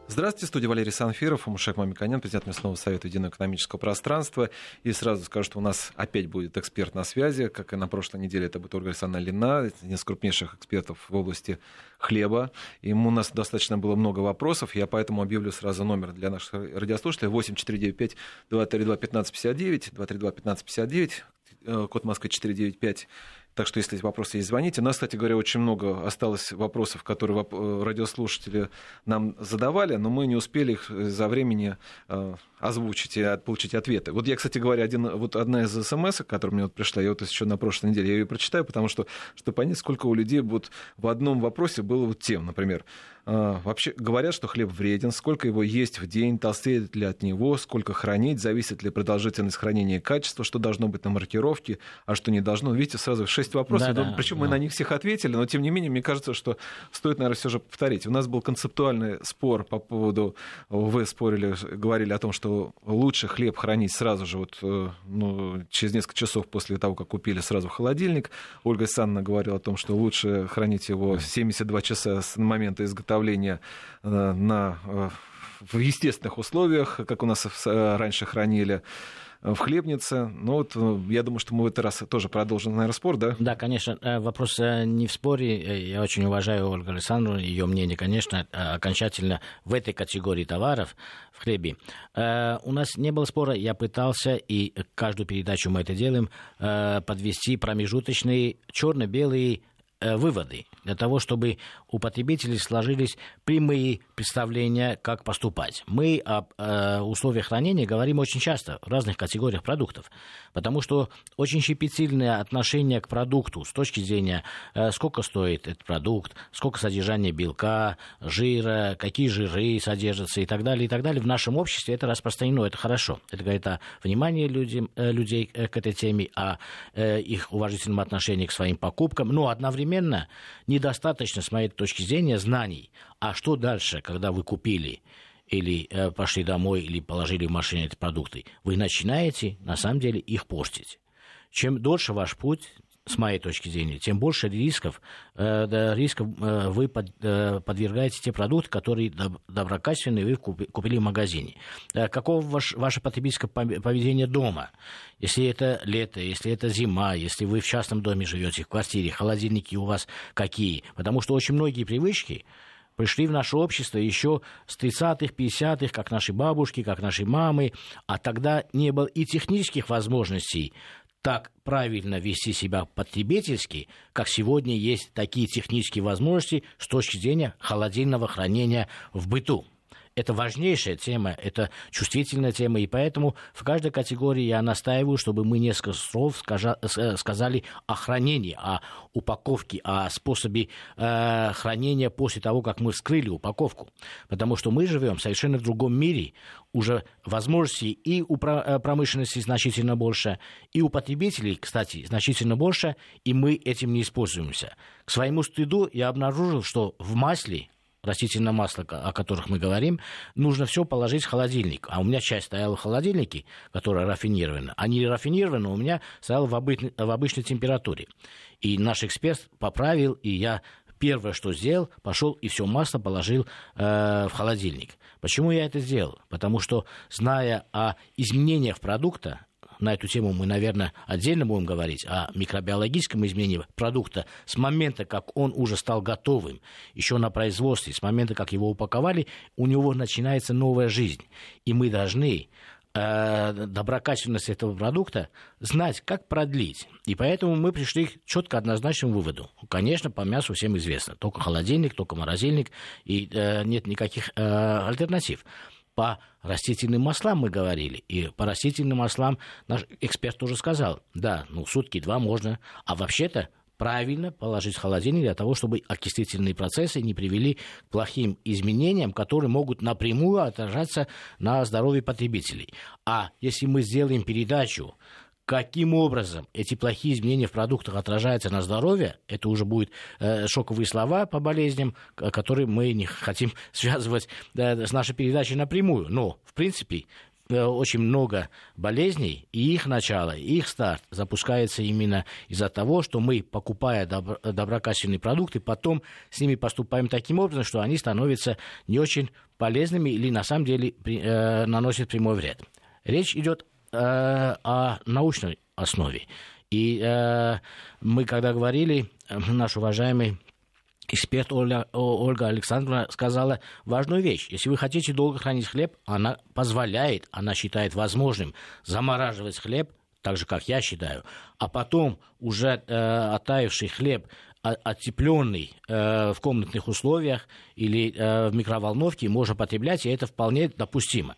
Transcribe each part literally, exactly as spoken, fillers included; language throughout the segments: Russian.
Здравствуйте, в студии Валерий Санфиров, Мушек Мамиканян, президент Местного совета Единого экономического пространства. И сразу скажу, что у нас опять будет эксперт на связи, как и на прошлой неделе это будет Ольга Александровна Лина, один из крупнейших экспертов в области хлеба. Ему у нас достаточно было много вопросов, я поэтому объявлю сразу номер для наших радиослушателей: восемь четыре девять пять два три два пятнадцать пятьдесят девять, два три два пятнадцать пятьдесят девять, код Москвы четыреста девяносто пять. Так что, если вопросы есть, звоните. У нас, кстати говоря, очень много осталось вопросов, которые радиослушатели нам задавали, но мы не успели их за времени озвучить и получить ответы. Вот я, кстати говоря, один, вот одна из смс, которая мне вот пришла, я вот еще на прошлой неделе, я ее прочитаю, потому что, чтобы понять, сколько у людей вот в одном вопросе было вот тем, например. Вообще говорят, что хлеб вреден, сколько его есть в день, толстеет ли от него, сколько хранить, зависит ли продолжительность хранения и качество, что должно быть на маркировке, а что не должно. Видите, сразу шесть вопросов, да, да, причем да. мы на них всех ответили, но тем не менее, мне кажется, что стоит, наверное, все же повторить. У нас был концептуальный спор по поводу, вы спорили, говорили о том, что лучше хлеб хранить сразу же, вот, ну, через несколько часов после того, как купили, сразу в холодильник. Ольга Александровна говорила о том, что лучше хранить его семьдесят два часа с момента изготовления на, в естественных условиях, как у нас раньше хранили в хлебнице. Ну вот, я думаю, что мы в этот раз тоже продолжим, наверное, спор, да? Да, конечно. Вопрос не в споре. Я очень уважаю Ольгу Александровну, ее мнение, конечно, окончательно в этой категории товаров в хлебе. У нас не было спора. Я пытался, и каждую передачу мы это делаем, подвести промежуточные черно-белые выводы, для того, чтобы у потребителей сложились прямые представления, как поступать. Мы об э, условиях хранения говорим очень часто в разных категориях продуктов, потому что очень щепетильное отношение к продукту с точки зрения, э, сколько стоит этот продукт, сколько содержания белка, жира, какие жиры содержатся и так далее, и так далее. В нашем обществе это распространено, это хорошо. Это говорит о внимании людям, э, людей к этой теме, о э, их уважительном отношении к своим покупкам, но одновременно недостаточно, с моей точки зрения, знаний. А что дальше, когда вы купили или э, пошли домой, или положили в машине эти продукты? Вы начинаете, на самом деле, их портить. Чем дольше ваш путь, с моей точки зрения, тем больше рисков, э, да, рисков э, вы под, э, подвергаете те продукты, которые доб- доброкачественные вы купи, купили в магазине. Э, каково ваш, ваше потребительское поведение дома? Если это лето, если это зима, если вы в частном доме живете, в квартире, холодильники у вас какие? Потому что очень многие привычки пришли в наше общество еще с тридцатых, пятидесятых, как наши бабушки, как наши мамы, а тогда не было и технических возможностей так правильно вести себя потребительски, как сегодня есть такие технические возможности с точки зрения холодильного хранения в быту. Это важнейшая тема, это чувствительная тема, и поэтому в каждой категории я настаиваю, чтобы мы несколько слов скажа, сказали о хранении, о упаковке, о способе э, хранения после того, как мы вскрыли упаковку. Потому что мы живем совершенно в другом мире, уже возможностей и у промышленности значительно больше, и у потребителей, кстати, значительно больше, и мы этим не используемся. К своему стыду я обнаружил, что в масле, растительное масло, о которых мы говорим, нужно все положить в холодильник. А у меня часть стояла в холодильнике, которая рафинирована, а не рафинирована у меня стояла в обычной, в обычной температуре. И наш эксперт поправил, и я первое, что сделал, пошел и все масло положил э, в холодильник. Почему я это сделал? Потому что, зная о изменениях продукта, на эту тему мы, наверное, отдельно будем говорить, о микробиологическом изменении продукта с момента, как он уже стал готовым, еще на производстве, с момента, как его упаковали, у него начинается новая жизнь. И мы должны э, доброкачественность этого продукта знать, как продлить. И поэтому мы пришли к четко однозначному выводу. Конечно, по мясу всем известно. Только холодильник, только морозильник, и э, нет никаких э, альтернатив. По растительным маслам мы говорили, и по растительным маслам наш эксперт тоже сказал, да, ну сутки два можно, а вообще-то правильно положить в холодильник для того, чтобы окислительные процессы не привели к плохим изменениям, которые могут напрямую отражаться на здоровье потребителей. А если мы сделаем передачу, каким образом эти плохие изменения в продуктах отражаются на здоровье, это уже будут э, шоковые слова по болезням, которые мы не хотим связывать э, с нашей передачей напрямую. Но, в принципе, очень много болезней, и их начало, и их старт запускается именно из-за того, что мы, покупая добро, доброкачественные продукты, потом с ними поступаем таким образом, что они становятся не очень полезными или на самом деле э, наносят прямой вред. Речь идет э, о научной основе. И э, мы, когда говорили, наш уважаемый эксперт Ольга, Ольга Александровна сказала важную вещь. Если вы хотите долго хранить хлеб, она позволяет, она считает возможным замораживать хлеб, так же, как я считаю, а потом уже э, оттаивший хлеб, оттепленный э, в комнатных условиях или э, в микроволновке можно потреблять, и это вполне допустимо.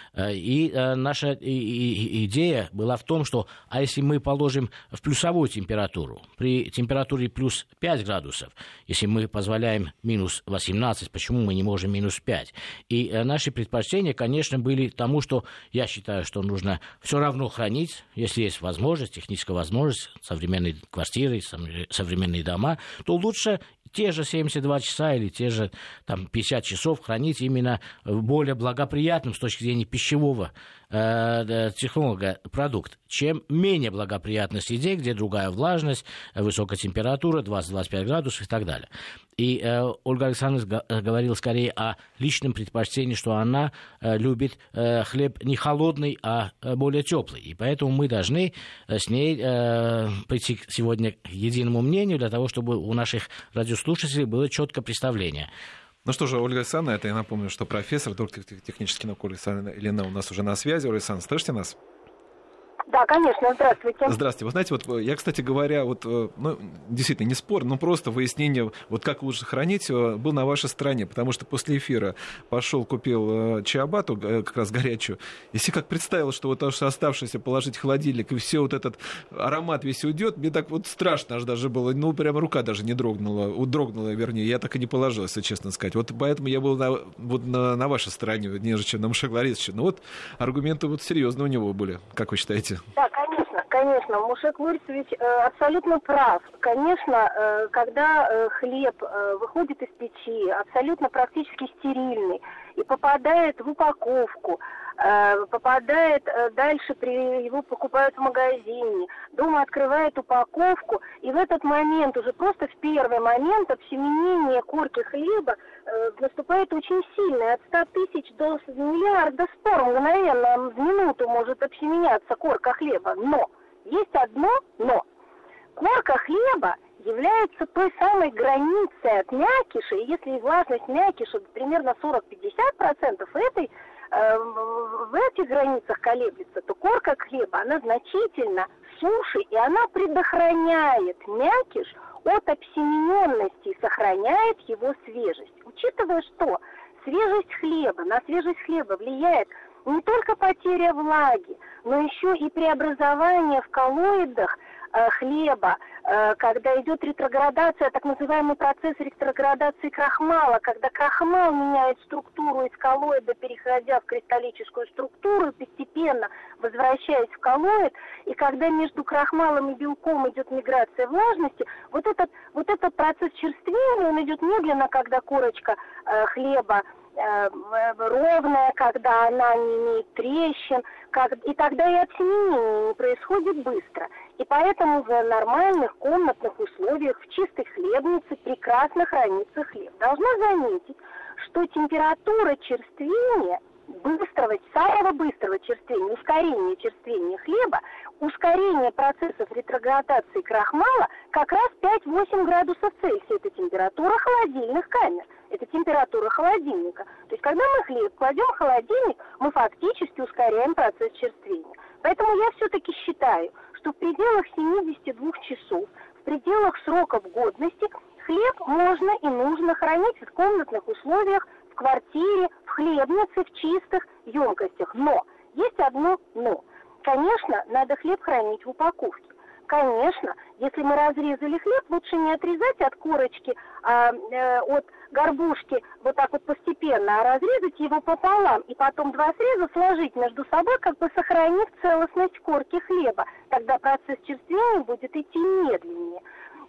И э, наша и, и, идея была в том, что а если мы положим в плюсовую температуру, при температуре плюс пять градусов, если мы позволяем минус восемнадцать, почему мы не можем минус пять? И э, наши предпочтения, конечно, были тому, что я считаю, что нужно все равно хранить, если есть возможность, техническая возможность, современные квартиры, современные дома, то лучше те же семьдесят два часа или те же там, пятьдесят часов хранить именно в более благоприятном с точки зрения пищевого э, технолога продукт, чем менее благоприятной среде, где другая влажность, высокая температура, двадцать-двадцать пять градусов и так далее. И э, Ольга Александровна говорила скорее о личном предпочтении, что она э, любит э, хлеб не холодный, а более теплый. И поэтому мы должны э, с ней э, прийти сегодня к единому мнению для того, чтобы у наших радиослушателей было четкое представление. Ну что же, Ольга Александровна, это я напомню, что профессор, доктор технических наук Ольга Александровна у нас уже на связи. Ольга Александровна, слышите нас? Да, конечно, здравствуйте. Здравствуйте. Вы знаете, вот я, кстати говоря, вот, ну, действительно, не спор, но просто выяснение, вот как лучше хранить, был на вашей стороне, потому что после эфира пошел, купил чиабатту, как раз горячую, и все как представил, что вот то, что оставшееся положить в холодильник, и все вот этот аромат весь уйдет, мне так вот страшно аж даже было, ну, прямо рука даже не дрогнула, удрогнула, вернее, я так и не положил, если честно сказать. Вот поэтому я был на, вот на, на вашей стороне, нежели чем на Мушек Ларисовича. Но вот аргументы вот серьезные у него были, как вы считаете? Да, конечно, конечно. Мушек Ларисович э, абсолютно прав. Конечно, э, когда э, хлеб э, выходит из печи, абсолютно практически стерильный, и попадает в упаковку, э, попадает э, дальше, при, его покупают в магазине, дома открывает упаковку, и в этот момент, уже просто в первый момент обсеменение корки хлеба э, наступает очень сильное. От ста тысяч до миллиарда спор мгновенно в минуту может обсеменяться корка хлеба. Но, есть одно но. Корка хлеба является той самой границей от мякиша, и если влажность мякиша примерно сорок-пятьдесят процентов этой, э, в этих границах колеблется, то корка хлеба, она значительно суше, и она предохраняет мякиш от обсемененности и сохраняет его свежесть. Учитывая, что свежесть хлеба, на свежесть хлеба влияет не только потеря влаги, но еще и преобразование в коллоидах э, хлеба, э, когда идет ретроградация, так называемый процесс ретроградации крахмала, когда крахмал меняет структуру из коллоида, переходя в кристаллическую структуру, постепенно возвращаясь в коллоид, и когда между крахмалом и белком идет миграция влажности, вот этот, вот этот процесс черствения, он идет медленно, когда корочка э, хлеба ровная, когда она не имеет трещин, как, и тогда и обсеменение не происходит быстро. И поэтому в нормальных комнатных условиях, в чистой хлебнице прекрасно хранится хлеб. Должна заметить, что температура черствения, быстрого, самого быстрого черствения, ускорения черствения хлеба, ускорение процессов ретроградации крахмала как раз пять-восемь градусов Цельсия. Это температура холодильных камер. Это температура холодильника. То есть, когда мы хлеб кладем в холодильник, мы фактически ускоряем процесс черствения. Поэтому я все-таки считаю, что в пределах семидесяти двух часов, в пределах сроков годности, хлеб можно и нужно хранить в комнатных условиях, в квартире, в хлебнице, в чистых емкостях. Но есть одно но. Конечно, надо хлеб хранить в упаковке. Конечно, если мы разрезали хлеб, лучше не отрезать от корочки, а, э, от горбушки вот так вот постепенно, а разрезать его пополам и потом два среза сложить между собой, как бы сохранив целостность корки хлеба. Тогда процесс черствения будет идти медленнее.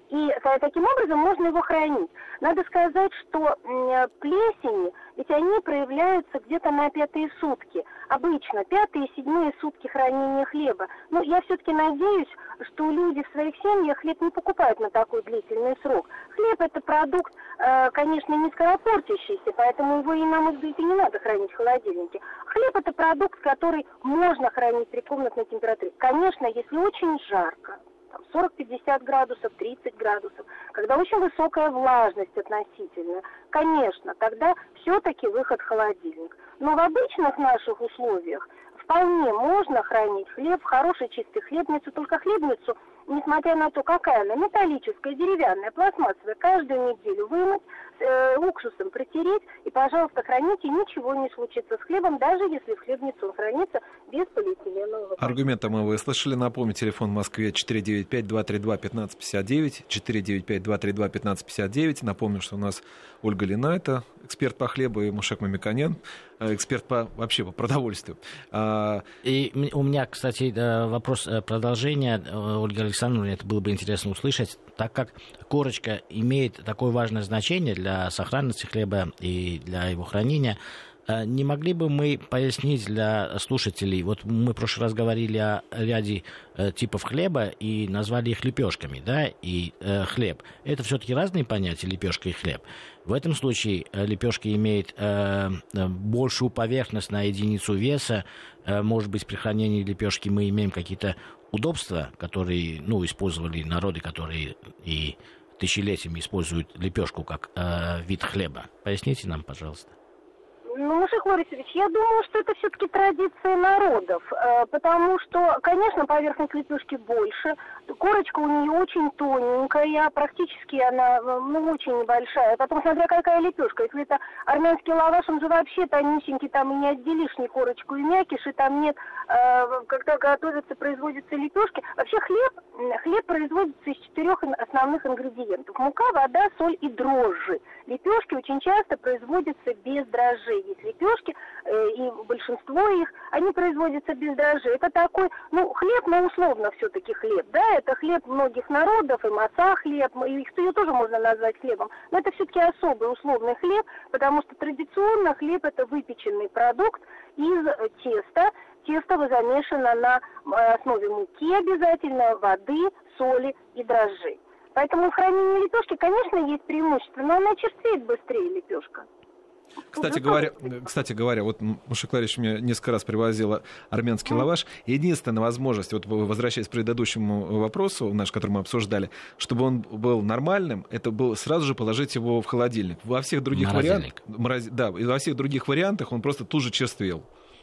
И таким образом можно его хранить. Надо сказать, что плесени, ведь они проявляются где-то на пятые сутки. Обычно пятые и седьмые сутки хранения хлеба. Но я все-таки надеюсь, что люди в своих семьях хлеб не покупают на такой длительный срок. Хлеб – это продукт, конечно, не скоропортящийся, поэтому его и, на мой взгляд, и не надо хранить в холодильнике. Хлеб – это продукт, который можно хранить при комнатной температуре. Конечно, если очень жарко, сорок-пятьдесят градусов, тридцать градусов, когда очень высокая влажность относительно, конечно, тогда все-таки выход в холодильник. Но в обычных наших условиях вполне можно хранить хлеб в хорошей чистой хлебнице, только хлебницу, несмотря на то, какая она, металлическая, деревянная, пластмассовая, каждую неделю вымыть, э, уксусом протереть, и, пожалуйста, храните, ничего не случится с хлебом, даже если в хлебнице он хранится без полиэтиленового. Аргументы мы выслушали. Напомню, телефон в Москве четыре девять пять два три два пятнадцать пятьдесят девять, четыре девять пять два три два пятнадцать пятьдесят девять. Напомню, что у нас Ольга Лина, это эксперт по хлебу, и Мушек Мамиканян, эксперт по, вообще по продовольствию. И у меня, кстати, вопрос продолжения, Ольга Александровна, это было бы интересно услышать, так как корочка имеет такое важное значение для сохранности хлеба и для его хранения. Не могли бы мы пояснить для слушателей, вот мы в прошлый раз говорили о ряде э, типов хлеба и назвали их лепешками, да, и э, хлеб. Это все-таки разные понятия, лепешка и хлеб. В этом случае э, лепешка имеет э, большую поверхность на единицу веса. Э, может быть, при хранении лепешки мы имеем какие-то удобства, которые, ну, использовали народы, которые и тысячелетиями используют лепешку как э, вид хлеба. Поясните нам, пожалуйста. Ну, Мушек Борисович, я думаю, что это все-таки традиция народов, э, потому что, конечно, поверхность лепешки больше, корочка у нее очень тоненькая, практически она, ну, очень небольшая, потом смотря какая лепешка, если это армянский лаваш, он же вообще тонюсенький, там и не отделишь ни корочку и мякиш, и там нет, э, когда готовятся, производятся лепешки. Вообще хлеб, хлеб производится из четырех основных ингредиентов: мука, вода, соль и дрожжи. Лепешки очень часто производятся без дрожжей. Есть лепешки, э, и большинство их, они производятся без дрожжей. Это такой, ну, хлеб, но условно все-таки хлеб, да, это хлеб многих народов, и маца хлеб, и их ее тоже можно назвать хлебом, но это все-таки особый условный хлеб, потому что традиционно хлеб это выпеченный продукт из теста. Тесто замешано на основе муки обязательно, воды, соли и дрожжей. Поэтому в хранении лепешки, конечно, есть преимущество, но она черствеет быстрее, лепешка. Кстати говоря, кстати говоря, вот Мушек Ларич мне несколько раз привозила армянский лаваш. Единственная возможность, вот возвращаясь к предыдущему вопросу, наш, который мы обсуждали, чтобы он был нормальным, это было сразу же положить его в холодильник. Во всех других вариантах, да, во всех других вариантах он просто тут же черствел.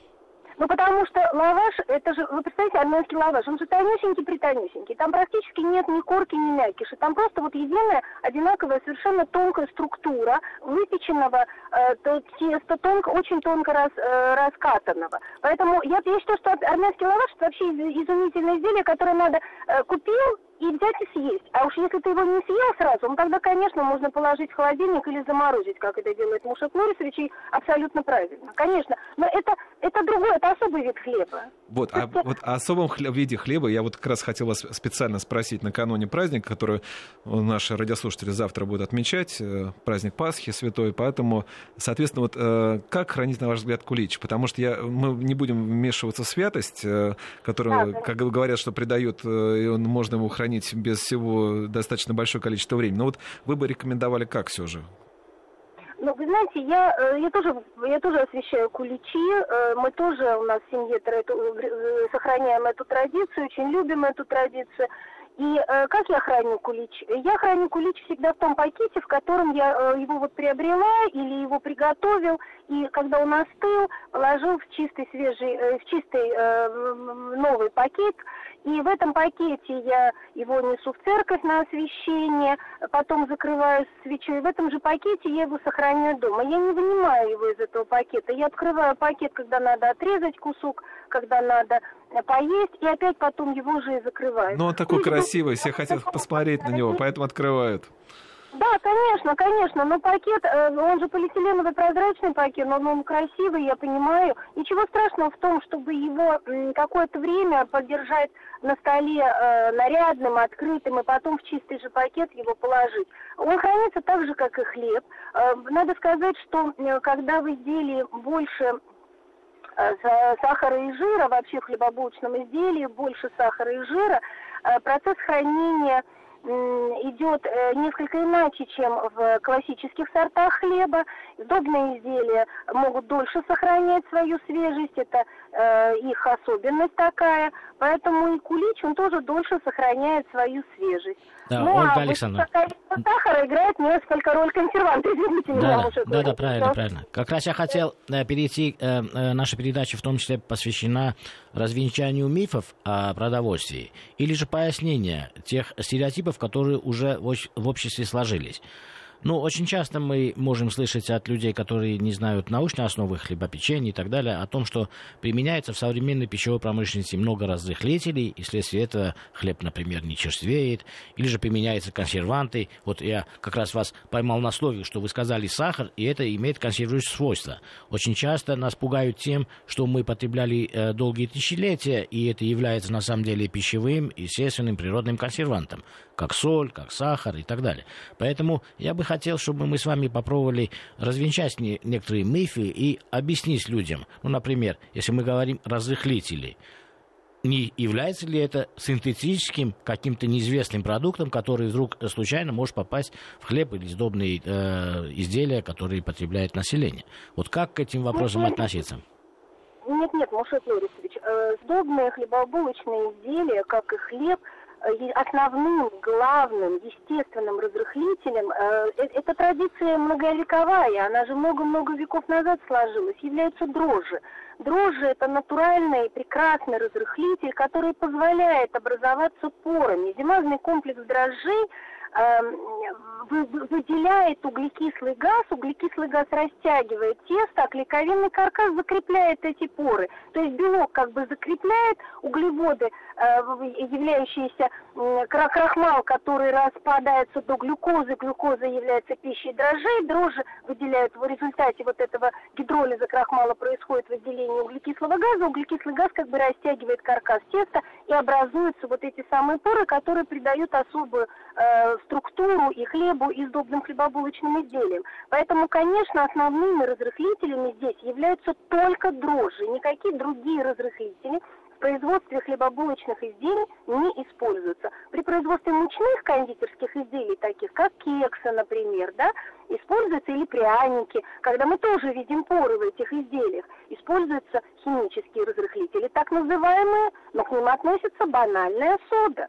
Ну, потому что лаваш, это же, вы представляете, армянский лаваш, он же тонюсенький-притонюсенький. Там практически нет ни корки, ни мякиша. Там просто вот единая, одинаковая, совершенно тонкая структура выпеченного э, теста, тонко, очень тонко рас, э, раскатанного. Поэтому я, я считаю, что армянский лаваш это вообще изумительное изделие, которое надо э, купил и взять и съесть. А уж если ты его не съел сразу, ну тогда, конечно, можно положить в холодильник или заморозить, как это делает Мушек Борисович, и абсолютно правильно. Конечно, но это, это другое, это особый вид хлеба. Вот, а вот о особом хлеб, виде хлеба я вот как раз хотел вас специально спросить накануне праздника, который наши радиослушатели завтра будут отмечать, праздник Пасхи святой, поэтому, соответственно, вот как хранить, на ваш взгляд, кулич? Потому что я, мы не будем вмешиваться в святость, которую, да, как говорят, что придает, можно его хранить без всего достаточно большое количество времени. Но вот вы бы рекомендовали как все же? Ну, вы знаете, я, я, тоже, я тоже освещаю куличи, мы тоже у нас в семье сохраняем эту традицию, очень любим эту традицию. И э, как я храню кулич? Я храню кулич всегда в том пакете, в котором я э, его вот приобрела или его приготовил, и когда он остыл, положил в чистый свежий, э, в чистый э, новый пакет. И в этом пакете я его несу в церковь на освящение, потом закрываю свечой. В этом же пакете я его сохраняю дома. Я не вынимаю его из этого пакета. Я открываю пакет, когда надо отрезать кусок, когда надо поесть, и опять потом его же и закрываю. Ну, он такой красивый, все хотят посмотреть на него, поэтому открывают. Да, конечно, конечно, но пакет, он же полиэтиленовый прозрачный пакет, но он красивый, я понимаю. Ничего страшного в том, чтобы его какое-то время подержать на столе нарядным, открытым, и потом в чистый же пакет его положить. Он хранится так же, как и хлеб. Надо сказать, что когда в изделии больше сахара и жира, вообще в хлебобулочном изделии больше сахара и жира, процесс хранения идет несколько иначе, чем в классических сортах хлеба. Сдобные изделия могут дольше сохранять свою свежесть, это э, их особенность такая, поэтому и кулич, он тоже дольше сохраняет свою свежесть. Да, ну, Ольга а Александровна. сахара играет несколько роль консерванта, извините меня. Да, Может, да, да, правильно, да? правильно. Как раз я хотел э, перейти, э, э, наша передача в том числе посвящена развенчанию мифов о продовольствии, или же пояснению тех стереотипов, которые уже в обществе сложились. Ну, очень часто мы можем слышать от людей, которые не знают научной основы хлебопечения и так далее, о том, что применяется в современной пищевой промышленности много разрыхлителей, и вследствие этого хлеб, например, не черствеет, или же применяются консерванты. Вот я как раз вас поймал на слове, что вы сказали сахар, и это имеет консервирующие свойства. Очень часто нас пугают тем, что мы потребляли э, долгие тысячелетия, и это является на самом деле пищевым, естественным, природным консервантом, как соль, как сахар и так далее. Поэтому я бы хотел, чтобы мы с вами попробовали развенчать не, некоторые мифы и объяснить людям. Ну, например, если мы говорим разрыхлители, не является ли это синтетическим каким-то неизвестным продуктом, который вдруг случайно может попасть в хлеб или сдобные э, изделия, которые потребляет население? Вот как к этим вопросам нет, относиться? Нет, нет, Мушек Лорисович, э, сдобные хлебобулочные изделия, как и хлеб, основным, главным, естественным разрыхлителем, э, эта традиция многовековая, она же много-много веков назад сложилась, являются дрожжи. Дрожжи – это натуральный, прекрасный разрыхлитель, который позволяет образоваться порами. Зимазный комплекс дрожжей э, выделяет углекислый газ, углекислый газ растягивает тесто, а клейковинный каркас закрепляет эти поры. То есть белок как бы закрепляет углеводы, являющиеся крахмал, который распадается до глюкозы, глюкоза является пищей дрожжей, дрожжи выделяют в результате вот этого гидролиза крахмала происходит выделение углекислого газа, углекислый газ как бы растягивает каркас теста и образуются вот эти самые поры, которые придают особую э, структуру и хлебу, и сдобным хлебобулочным изделиям. Поэтому, конечно, основными разрыхлителями здесь являются только дрожжи, никакие другие разрыхлители в производстве хлебобулочных изделий не используются. При производстве мучных кондитерских изделий, таких как кексы, например, да, используются или пряники, когда мы тоже видим поры в этих изделиях, используются химические разрыхлители, так называемые, но к ним относится банальная сода.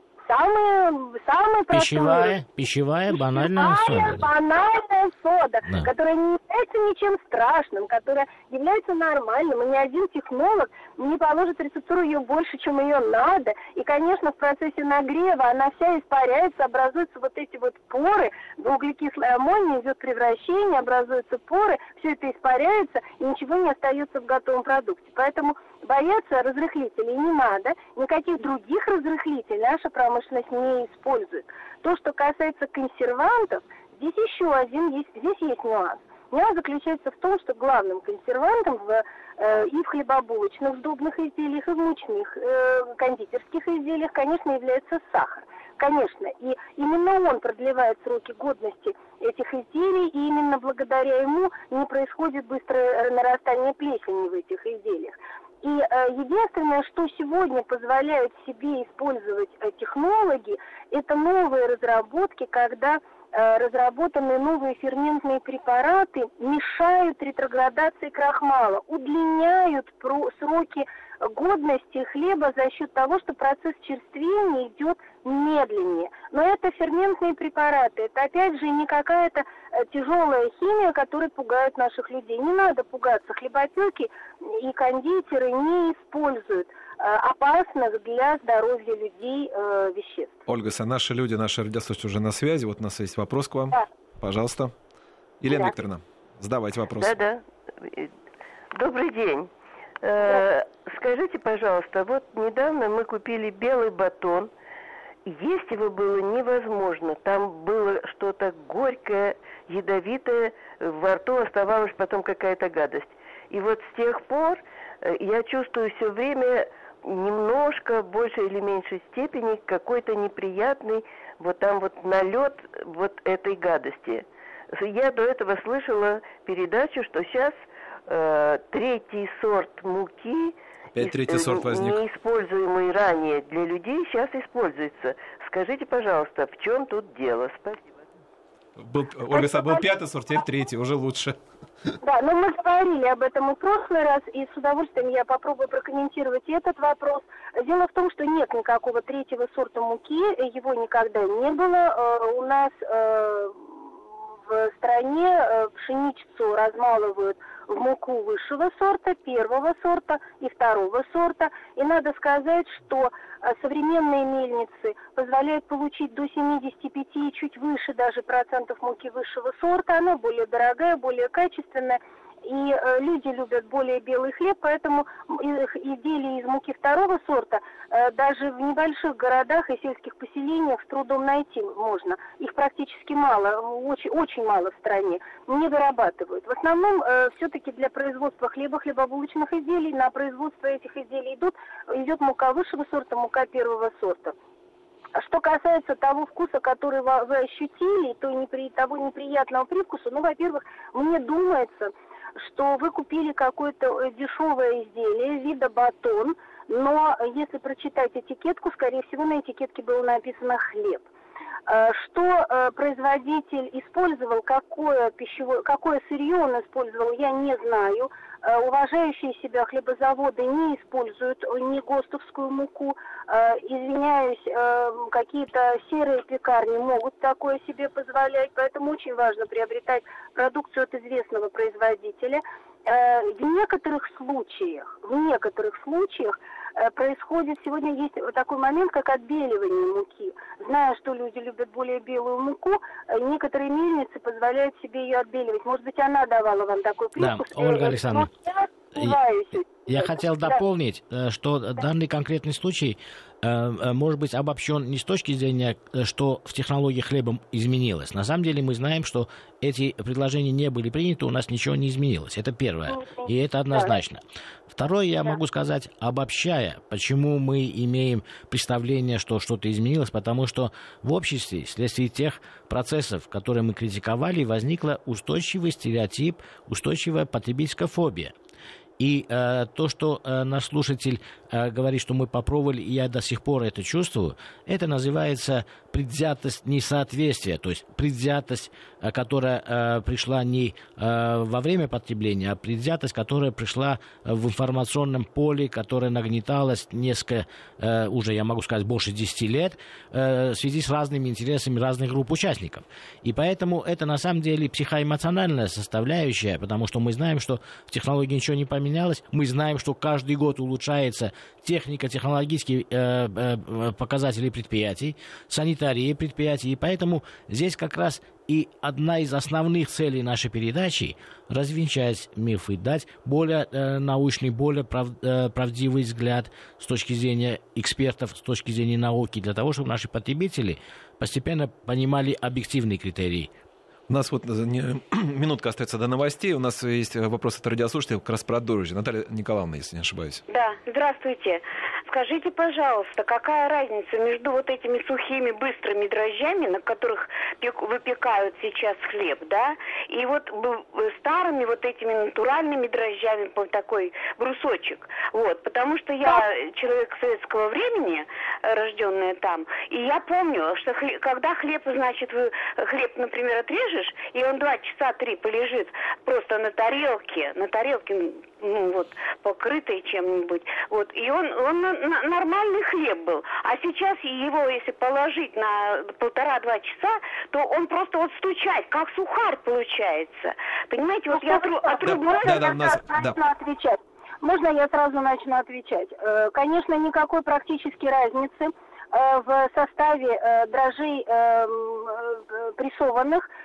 Самые, самые пищевая, пищевая, пищевая банальная сода. банальная сода, да. Которая не является ничем страшным, которая является нормальным, и ни один технолог не положит рецептуру ее больше, чем ее надо. И, конечно, в процессе нагрева она вся испаряется, образуются вот эти вот поры, углекислый аммоний идет превращение, образуются поры, все это испаряется, и ничего не остается в готовом продукте. Поэтому бояться разрыхлителей не надо, никаких других разрыхлителей наша промышленность не использует. То, что касается консервантов, здесь еще один есть, здесь есть нюанс. Нюанс заключается в том, что главным консервантом в, э, и в хлебобулочных сдобных изделиях, и в мучных э, кондитерских изделиях, конечно, является сахар. Конечно, и именно он продлевает сроки годности этих изделий, и именно благодаря ему не происходит быстрое нарастание плесени в этих изделиях. И э, единственное, что сегодня позволяют себе использовать э, технологи, это новые разработки, когда э, разработанные новые ферментные препараты мешают ретроградации крахмала, удлиняют про- сроки годности хлеба за счет того, что процесс черствения идет медленнее. Но это ферментные препараты, это опять же не какая-то тяжелая химия, которая пугает наших людей. Не надо пугаться, хлебопеки и кондитеры не используют э, опасных для здоровья людей э, веществ. Ольга, наши люди, наши радиослушатели уже на связи. Вот у нас есть вопрос к вам. Да. Пожалуйста. Елена да. Викторовна, задавайте вопрос. Да-да. Добрый день. Э, скажите, пожалуйста, вот недавно мы купили белый батон, есть его было невозможно. Там было что-то горькое, ядовитое, во рту оставалась потом какая-то гадость. И вот с тех пор я чувствую все время немножко, в большей или меньшей степени, какой-то неприятный вот там вот налет вот этой гадости. Я до этого слышала передачу, что сейчас э, третий сорт муки, Опять третий сорт возник. неиспользуемый ранее для людей, сейчас используется. Скажите, пожалуйста, в чем тут дело? Спасибо. Был, Ольга, был пятый сорт, теперь третий, уже лучше. Да, но мы говорили об этом и в прошлый раз, и с удовольствием я попробую прокомментировать этот вопрос. Дело в том, что нет никакого третьего сорта муки, его никогда не было. У нас в стране пшеницу размалывают в муку высшего сорта, первого сорта и второго сорта. И надо сказать, что современные мельницы позволяют получить до семьдесят пять и чуть выше даже процентов муки высшего сорта. Она более дорогая, более качественная. И э, люди любят более белый хлеб, поэтому изделия из муки второго сорта э, даже в небольших городах и сельских поселениях с трудом найти можно. Их практически мало, очень, очень мало в стране, не вырабатывают. В основном э, все-таки для производства хлеба, хлебобулочных изделий, на производство этих изделий идут, идет мука высшего сорта, мука первого сорта. Что касается того вкуса, который вы ощутили, то непри, того неприятного привкуса, ну, во-первых, мне думается, что вы купили какое-то дешевое изделие вида батон, но если прочитать этикетку, скорее всего, на этикетке было написано «хлеб». Что производитель использовал, какое пищевое, какое сырье он использовал, я не знаю. Уважающие себя хлебозаводы не используют ни ГОСТовскую муку. Извиняюсь, какие-то серые пекарни могут такое себе позволять, поэтому очень важно приобретать продукцию от известного производителя. В некоторых случаях, в некоторых случаях происходит, сегодня есть такой момент, как отбеливание муки. Зная, что люди любят более белую муку, некоторые мельницы позволяют себе ее отбеливать. Может быть, она давала вам такой привкус? Да, Ольга Александровна, я, я хотел дополнить, да. что данный конкретный случай может быть обобщен не с точки зрения, что в технологии хлеба изменилось. На самом деле мы знаем, что эти предложения не были приняты, у нас ничего не изменилось. Это первое. И это однозначно. Второе, я могу сказать, обобщая, почему мы имеем представление, что что-то изменилось, потому что в обществе, вследствие тех процессов, которые мы критиковали, возникла устойчивый стереотип, устойчивая потребительская фобия. И э, то, что э, наш слушатель э, говорит, что мы попробовали, и я до сих пор это чувствую, это называется предвзятость несоответствия, то есть предвзятость, э, которая э, пришла не э, во время потребления, а предвзятость, которая пришла в информационном поле, которая нагнеталась несколько, э, уже я могу сказать, больше десяти лет, э, в связи с разными интересами разных групп участников. И поэтому это на самом деле психоэмоциональная составляющая, потому что мы знаем, что в технологии ничего не поменялось. Мы знаем, что каждый год улучшается техника, технологические э, э, показатели предприятий, санитария предприятий. И поэтому здесь как раз и одна из основных целей нашей передачи — развенчать мифы, дать более э, научный, более прав, э, правдивый взгляд с точки зрения экспертов, с точки зрения науки, для того, чтобы наши потребители постепенно понимали объективные критерии. У нас вот не, минутка остается до новостей. У нас есть вопрос от радиослушателя, как раз про дрожжи. Наталья Николаевна, если не ошибаюсь. Да, здравствуйте. Скажите, пожалуйста, какая разница между вот этими сухими быстрыми дрожжами, на которых пек, выпекают сейчас хлеб, да, и вот старыми вот этими натуральными дрожжами, такой брусочек. Вот, потому что я человек советского времени, рожденная там, и я помню, что хлеб, когда хлеб, значит, вы хлеб, например, отрежешь, и он два часа три полежит просто на тарелке, на тарелке, ну вот, покрытой чем-нибудь, вот, и он, он нормальный хлеб был. А сейчас его, если положить на полтора-два часа, то он просто вот стучать, как сухарь получается. Понимаете, вот я отру, отрубаю... Да, да, да, нас, да. Отвечать. Можно я сразу начну отвечать? Конечно, никакой практической разницы в составе дрожжей прессованных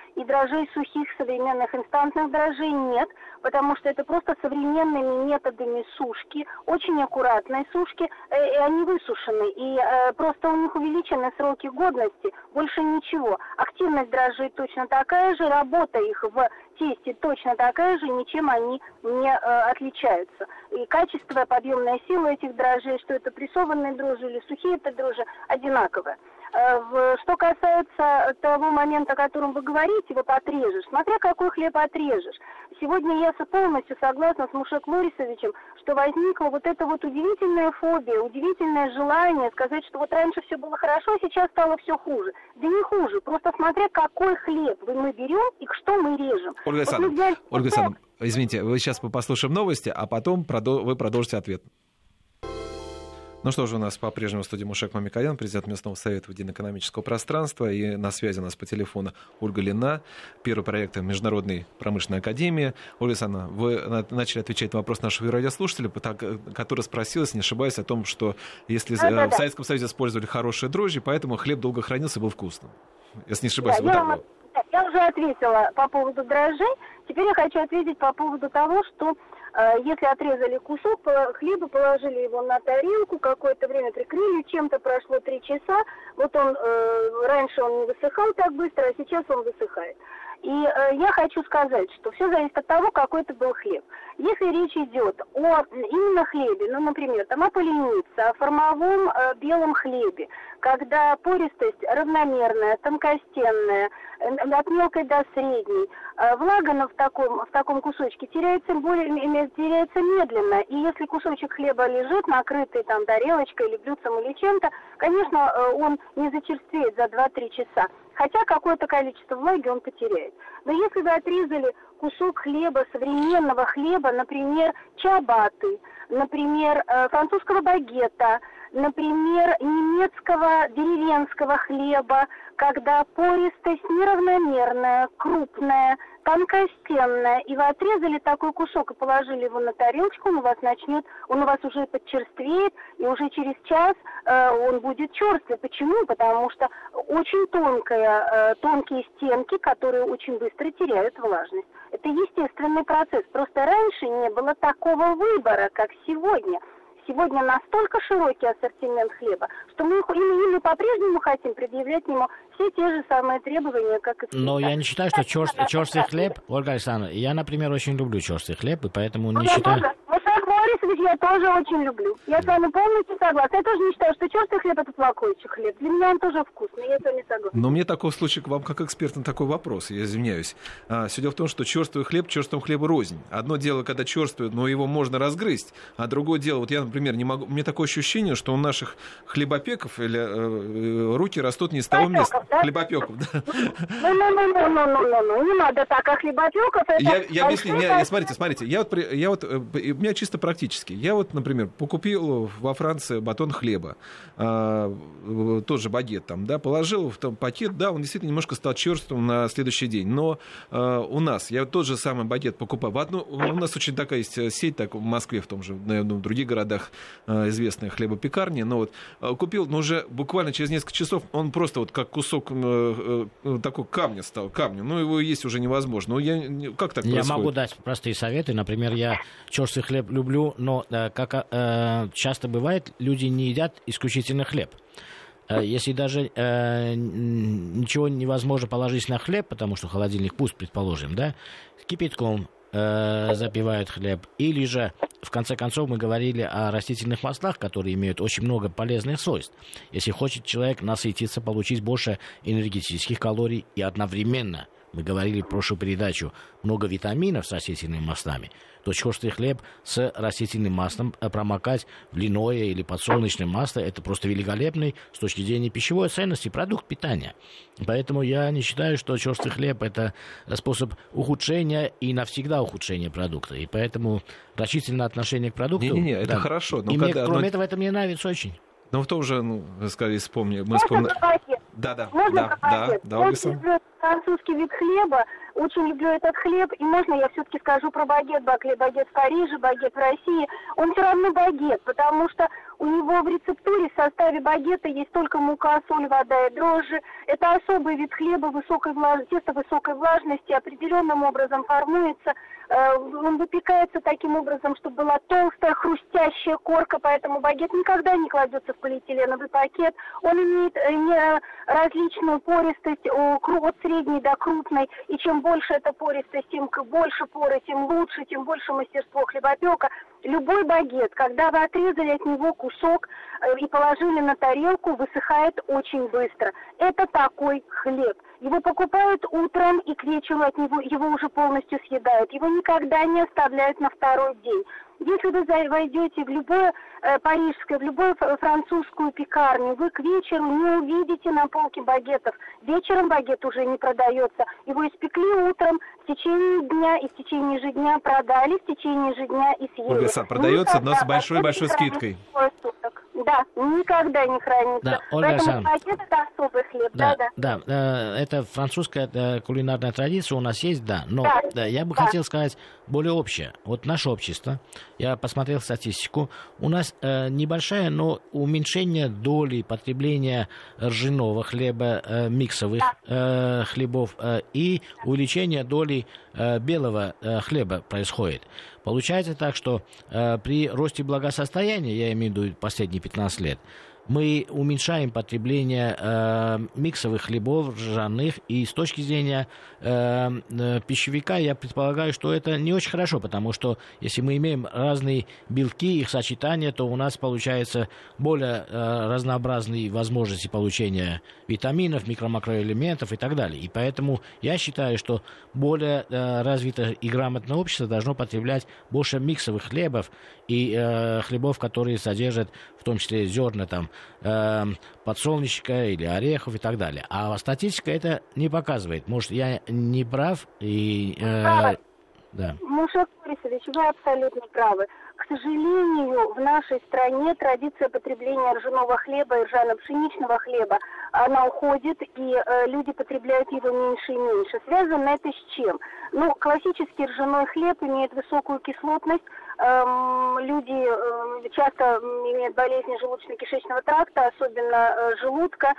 и дрожжей сухих современных инстантных дрожжей нет, потому что это просто современными методами сушки, очень аккуратной сушки, э, и они высушены, и э, просто у них увеличены сроки годности, больше ничего. Активность дрожжей точно такая же, работа их в тесте точно такая же, ничем они не э, отличаются. И качество, подъемная сила этих дрожжей, что это прессованные дрожжи или сухие это дрожжи, одинаковые. Что касается того момента, о котором вы говорите, вот отрежешь, смотря какой хлеб отрежешь. Сегодня я полностью согласна с Мушек Лорисовичем, что возникла вот эта вот удивительная фобия, удивительное желание сказать, что вот раньше все было хорошо, а сейчас стало все хуже. Да не хуже, просто смотря какой хлеб мы берем и что мы режем. Ольга вот Александровна, взяли... Ольга Александровна, извините, вы сейчас послушаем новости, а потом вы продолжите ответ. Ну что же, у нас по-прежнему в студии Мушек Мамикоян, президент местного совета единоэкономического пространства. И на связи у нас по телефону Ольга Лина, первый проект Международной промышленной академии. Ольга Александровна, вы начали отвечать на вопрос нашего радиослушателя, который спросил, если не ошибаюсь, о том, что если да, да, в Советском Союзе использовали хорошие дрожжи, поэтому хлеб долго хранился и был вкусным. Если не ошибаюсь, да, вот я, так вам, было. я уже ответила по поводу дрожжей. Теперь я хочу ответить по поводу того, что если отрезали кусок хлеба, положили его на тарелку, какое-то время прикрыли, чем-то прошло три часа, вот он, э, раньше он не высыхал так быстро, а сейчас он высыхает. И э, я хочу сказать, что все зависит от того, какой это был хлеб. Если речь идет о именно хлебе, ну, например, там о поленице, о формовом э, белом хлебе, когда пористость равномерная, тонкостенная, э, от мелкой до средней, э, влага в таком, в таком кусочке теряется, более, теряется медленно. И если кусочек хлеба лежит, накрытый там тарелочкой или блюдцем или чем-то, конечно, э, он не зачерствеет за два-три часа. Хотя какое-то количество влаги он потеряет. Но если вы отрезали кусок хлеба, современного хлеба, например, чиабатты, например, французского багета, например, немецкого деревенского хлеба, когда пористость неравномерная, крупная, тонкостенная, и вы отрезали такой кусок и положили его на тарелочку, он у вас начнет, он у вас уже подчерствеет, и уже через час э, он будет черствый. Почему? Потому что очень тонкая, э, тонкие стенки, которые очень быстро теряют влажность. Это естественный процесс. Просто раньше не было такого выбора, как сегодня. Сегодня настолько широкий ассортимент хлеба, что мы, и мы по-прежнему хотим предъявлять ему все те же самые требования, как и всегда. Но я не считаю, что черст, черствый хлеб, Ольга Александровна, я, например, очень люблю черствый хлеб, и поэтому не я считаю... Тоже. Мушек Лорисович я тоже очень люблю. Я с вами полностью согласна. Я тоже не считаю, что черствый хлеб это плохой хлеб. Для меня он тоже вкусный, я с вами согласна. Но мне такой случай к вам, как эксперту, такой вопрос, я извиняюсь. А, все дело в том, что черствый хлеб, черствому хлебу рознь. Одно дело, когда черствый, но его можно разгрызть, а другое дело, вот я, например, не могу, мне такое ощущение, что у наших хлебопеков или э, руки растут не с того места. Да? Хлебопеков, да. Ну, ну, ну, ну, ну, ну, ну, ну, не надо так, а хлебопеков это... Я, я объясню, я, смотрите, смотрите, я вот, я вот, у меня чисто практически, я вот, например, покупил во Франции батон хлеба, а, тоже багет там, да, положил в там пакет, да, он действительно немножко стал черствым на следующий день, но а, у нас, я тот же самый багет покупаю, в одну, у нас очень такая есть сеть, так, в Москве, в том же, наверное, в других городах а, известная хлебопекарня, но вот а, купил, но уже буквально через несколько часов он просто вот как кусок а, а, такой камня стал, камню, ну его есть уже невозможно, ну я, как так я происходит? Я могу дать простые советы, например, я черствый хлеб люблю, но как э, часто бывает, люди не едят исключительно хлеб. Э, если даже э, ничего невозможно положить на хлеб, потому что холодильник пуст, предположим, да, кипятком э, запивают хлеб. Или же, в конце концов, мы говорили о растительных маслах, которые имеют очень много полезных свойств. Если хочет человек насытиться, получить больше энергетических калорий и одновременно, мы говорили в прошлую передачу, много витаминов с растительными маслами, то черствый хлеб с растительным маслом промокать в льняное или подсолнечное масло, это просто великолепный с точки зрения пищевой ценности продукт питания. Поэтому я не считаю, что черствый хлеб это способ ухудшения и навсегда ухудшения продукта. И поэтому рачительное отношение к продукту... Не-не-не, это да, хорошо. Но и когда, мне, кроме но... этого, это мне нравится очень. Ну, в том же, ну, сказали, вспомни. Мы Можно вспомни... про багет? Да, да, Можно да, про да, багет? да, Очень французский вид хлеба, очень люблю этот хлеб, и можно я все-таки скажу про багет, багет в Париже, багет в России. Он все равно багет, потому что у него в рецептуре в составе багета есть только мука, соль, вода и дрожжи. Это особый вид хлеба, высокой влаж... тесто высокой влажности, определенным образом формуется. Он выпекается таким образом, чтобы была толстая, хрустящая корка, поэтому багет никогда не кладется в полиэтиленовый пакет. Он имеет различную пористость от средней до крупной, и чем больше эта пористость, тем больше поры, тем лучше, тем больше мастерство хлебопека. Любой багет, когда вы отрезали от него кусок и положили на тарелку, высыхает очень быстро. Это такой хлеб. Его покупают утром, и к вечеру от него его уже полностью съедают. Его никогда не оставляют на второй день. Если вы войдете в любое э, парижское, в любую французскую пекарню, вы к вечеру не увидите на полке багетов. Вечером багет уже не продается. Его испекли утром, в течение дня и в течение же дня продали, в течение же дня и съели. Ольга Александровна, продается, никогда, но с большой-большой скидкой. Да, никогда не хранится. Да, Ольга Поэтому багет это особый хлеб. Да, да, да. да, это французская это кулинарная традиция у нас есть, да. Но да, да, я бы да. хотел сказать более общее. Вот наше общество, я посмотрел статистику, у нас э, небольшая, но уменьшение доли потребления ржаного хлеба, э, миксовых э, хлебов э, и увеличение доли э, белого э, хлеба происходит. Получается так, что э, при росте благосостояния, я имею в виду последние пятнадцать лет, мы уменьшаем потребление э, миксовых хлебов, ржаных, и с точки зрения э, э, пищевика я предполагаю, что это не очень хорошо, потому что если мы имеем разные белки, их сочетание, то у нас получается более э, разнообразные возможности получения витаминов, микро-макроэлементов и так далее. И поэтому я считаю, что более э, развитое и грамотное общество должно потреблять больше миксовых хлебов и э, хлебов, которые содержат в том числе зерна там, э, подсолнечника или орехов и так далее. А статистика это не показывает. Может, я не прав? И, э, да. Мушек Борисович, вы абсолютно правы. К сожалению, в нашей стране традиция потребления ржаного хлеба и ржано-пшеничного хлеба, она уходит, и э, люди потребляют его меньше и меньше. Связано это с чем? Ну, классический ржаной хлеб имеет высокую кислотность. Эм, люди э, часто имеют болезни желудочно-кишечного тракта, особенно э, желудка.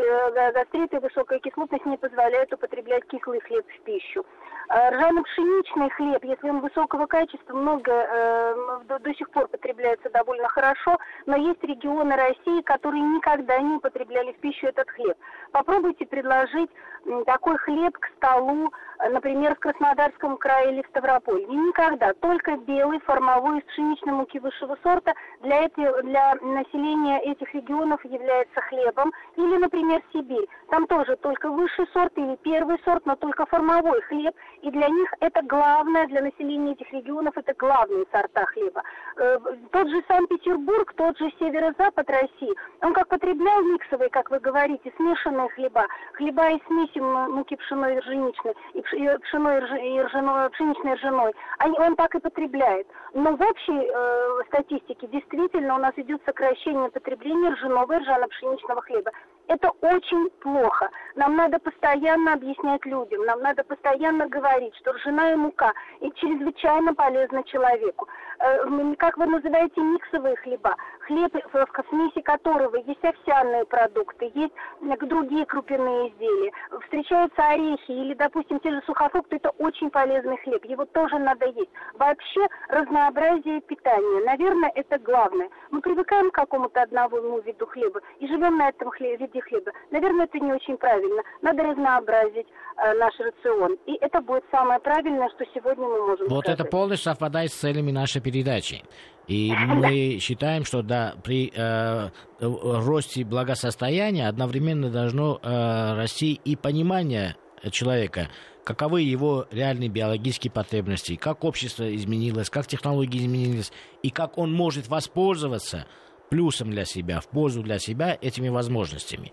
Э, гастриты, высокая кислотность не позволяют употреблять кислый хлеб в пищу. Э, ржано-пшеничный хлеб, если он высокого качества, много э, до, до сих пор потребляется довольно хорошо, но есть регионы России, которые никогда не употребляли в пищу этот хлеб. Попробуйте предложить такой хлеб к столу, например, в Краснодарском крае или в Ставрополье. Никогда. Только белый, формовой, из пшеничной муки высшего сорта для, эти, для населения этих регионов является хлебом. Или, например, Сибирь. Там тоже только высший сорт или первый сорт, но только формовой хлеб. И для них это главное, для населения этих регионов это главные сорта хлеба. Э, тот же Санкт-Петербург, тот же северо-запад России, он как потреблял миксовые, как вы говорите, смешанные хлеба, хлеба из смеси муки пшеной и ржаничной, и пшеной и ржаной, пшеничной и ржаной, он так и потребляет. Но в общей э, статистике действительно у нас идет сокращение потребления ржаного и ржано-пшеничного хлеба. Это очень плохо. Нам надо постоянно объяснять людям, нам надо постоянно говорить, что ржаная мука и чрезвычайно полезна человеку. Э, как вы называете миксовые хлеба? Хлеб, в, в смеси которого есть овсяные продукты, есть другие крупяные изделия, встречаются орехи или, допустим, те же сухофрукты, это очень полезный хлеб, его тоже надо есть. Вообще разнообразие питания, наверное, это главное. Мы привыкаем к какому-то одному виду хлеба и живем на этом хлебе, виде хлеба. Наверное, это не очень правильно. Надо разнообразить э, наш рацион. И это будет самое правильное, что сегодня мы можем Вот сказать. это полностью совпадает с целями нашей передачи. И мы считаем, что да, при э, росте благосостояния одновременно должно э, расти и понимание человека, каковы его реальные биологические потребности, как общество изменилось, как технологии изменились, и как он может воспользоваться плюсом для себя, в пользу для себя этими возможностями.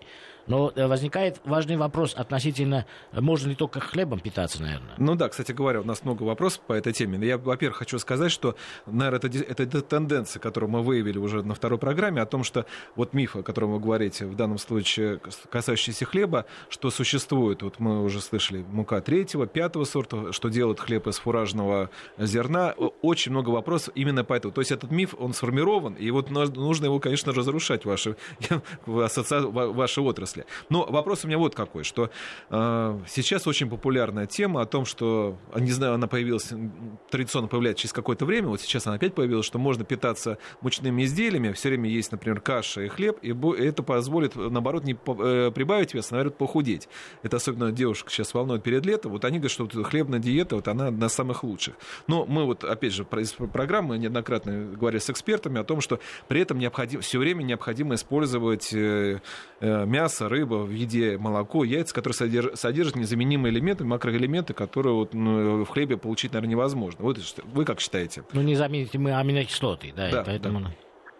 Но возникает важный вопрос относительно, можно ли только хлебом питаться, наверное. Ну да, кстати говоря, у нас много вопросов по этой теме. Я, во-первых, хочу сказать, что, наверное, это, это тенденция, которую мы выявили уже на второй программе, о том, что вот миф, о котором вы говорите, в данном случае касающийся хлеба, что существует, вот мы уже слышали, мука третьего, пятого сорта, что делают хлеб из фуражного зерна. Очень много вопросов именно поэтому. То есть этот миф, он сформирован, и вот нужно его, конечно, разрушать в вашей, в вашей отрасли. Но вопрос у меня вот какой, что э, сейчас очень популярная тема о том, что, не знаю, она появилась, традиционно появляется через какое-то время, вот сейчас она опять появилась, что можно питаться мучными изделиями, все время есть, например, каша и хлеб, и это позволит, наоборот, не прибавить вес, а, наоборот, похудеть. Это особенно девушек сейчас волнует перед летом, вот они говорят, что вот хлебная диета, вот она одна из самых лучших. Но мы вот, опять же, из программы неоднократно говорили с экспертами о том, что при этом необходимо, все время необходимо использовать э, э, мясо, рыба в еде, молоко, яйца, которые содержат, содержат незаменимые элементы, макроэлементы, которые вот, ну, в хлебе получить, наверное, невозможно. Вот вы как считаете? Ну, незаменимые аминокислоты, да, да, и поэтому... Да.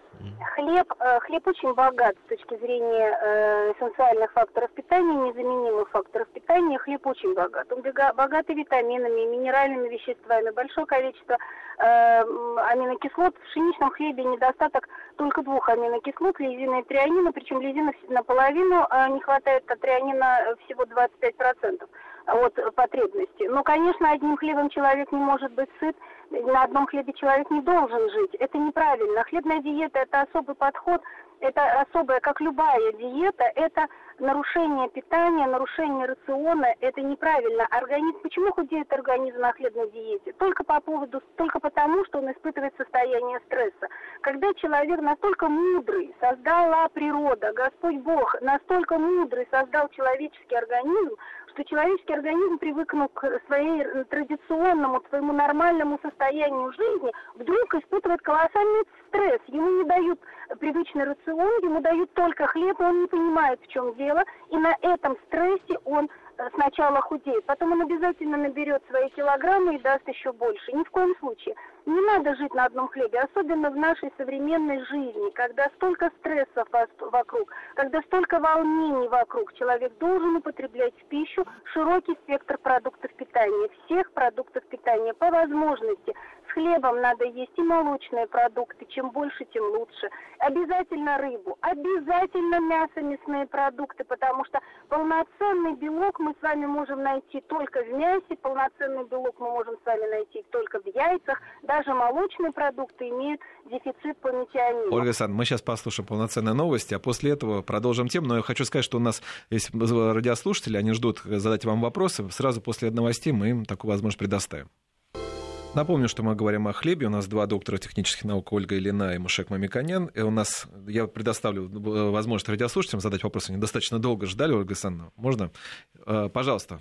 Хлеб, хлеб очень богат с точки зрения э, эссенциальных факторов питания, незаменимых факторов питания. Хлеб очень богат. Он богат и витаминами, и минеральными веществами, большое количество э, аминокислот. В пшеничном хлебе недостаток только двух аминокислот, лизина и трианина, причем лизина наполовину, а не хватает, а трианина всего двадцать пять процентов от потребности. Но, конечно, одним хлебом человек не может быть сыт, на одном хлебе человек не должен жить. Это неправильно. Хлебная диета – это особый подход, это особая, как любая диета, это нарушение питания, нарушение рациона, это неправильно. Организм, почему худеет организм на хлебной диете? Только по поводу, только потому, что он испытывает состояние стресса. Когда человек настолько мудрый, создала природа, Господь Бог настолько мудрый создал человеческий организм, что человеческий организм, привыкнув к своей традиционному, к своему нормальному состоянию жизни, вдруг испытывает колоссальный стресс. Ему не дают привычный рацион, ему дают только хлеб, и он не понимает, в чем дело, и на этом стрессе он сначала худеет, потом он обязательно наберет свои килограммы и даст еще больше. Ни в коем случае. Не надо жить на одном хлебе, особенно в нашей современной жизни, когда столько стрессов вокруг, когда столько волнений вокруг. Человек должен употреблять в пищу широкий спектр продуктов питания, всех продуктов питания по возможности. С хлебом надо есть и молочные продукты, чем больше, тем лучше. Обязательно рыбу, обязательно мясо, мясные продукты, потому что полноценный белок мы с вами можем найти только в мясе, полноценный белок мы можем с вами найти только в яйцах. Даже молочные продукты имеют дефицит по метионину. Ольга Александровна, мы сейчас послушаем полноценные новости, а после этого продолжим тему. Но я хочу сказать, что у нас есть радиослушатели, они ждут задать вам вопросы. Сразу после новостей мы им такую возможность предоставим. Напомню, что мы говорим о хлебе. У нас два доктора технических наук, Ольга Ильина и Мушек Мамиканян. И у нас, я предоставлю возможность радиослушателям задать вопросы. Они достаточно долго ждали, Ольга Александровна. Можно? Пожалуйста.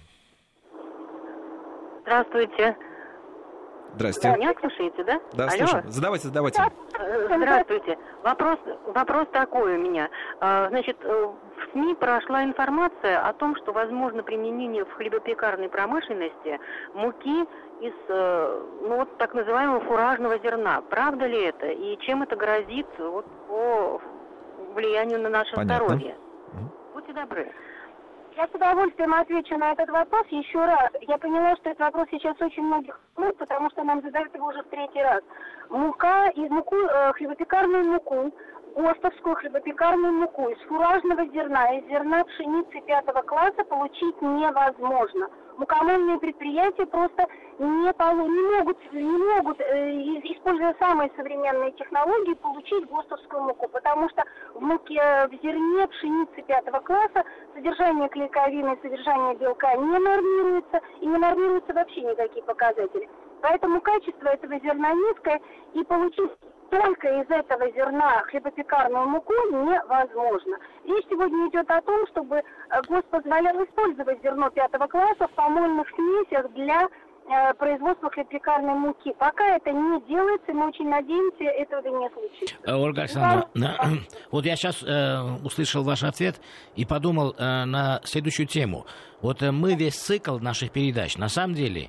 Здравствуйте. Здрасте. Меня слушаете, да? Да, Алло. слушаю. Задавайте, задавайте. Здравствуйте. Вопрос, вопрос такой у меня. Значит, в СМИ прошла информация о том, что возможно применение в хлебопекарной промышленности муки из, ну, вот так называемого фуражного зерна. Правда ли это? И чем это грозит вот, по влиянию на наше Понятно. Здоровье? Будьте добры. Я с удовольствием отвечу на этот вопрос еще раз. Я поняла, что этот вопрос сейчас очень многих волнует, потому что нам задают его уже в третий раз. Мука, из муку, э, хлебопекарную муку, ГОСТовскую хлебопекарную муку из фуражного зерна, из зерна пшеницы пятого класса получить невозможно. Мукомольные предприятия просто не, полу- не могут, не могут э, используя самые современные технологии, получить ГОСТовскую муку, потому что в муке, в зерне пшеницы пятого класса содержание клейковины, содержание белка не нормируется, и не нормируются вообще никакие показатели. Поэтому качество этого зерна низкое, и получить только из этого зерна хлебопекарную муку невозможно. Речь сегодня идет о том, чтобы ГОСТ позволял использовать зерно пятого класса в помольных смесях для э, производства хлебопекарной муки. Пока это не делается, мы очень надеемся, этого не случится. Ольга Александровна, вот я сейчас э, услышал ваш ответ и подумал э, на следующую тему. Вот э, мы весь цикл наших передач, на самом деле,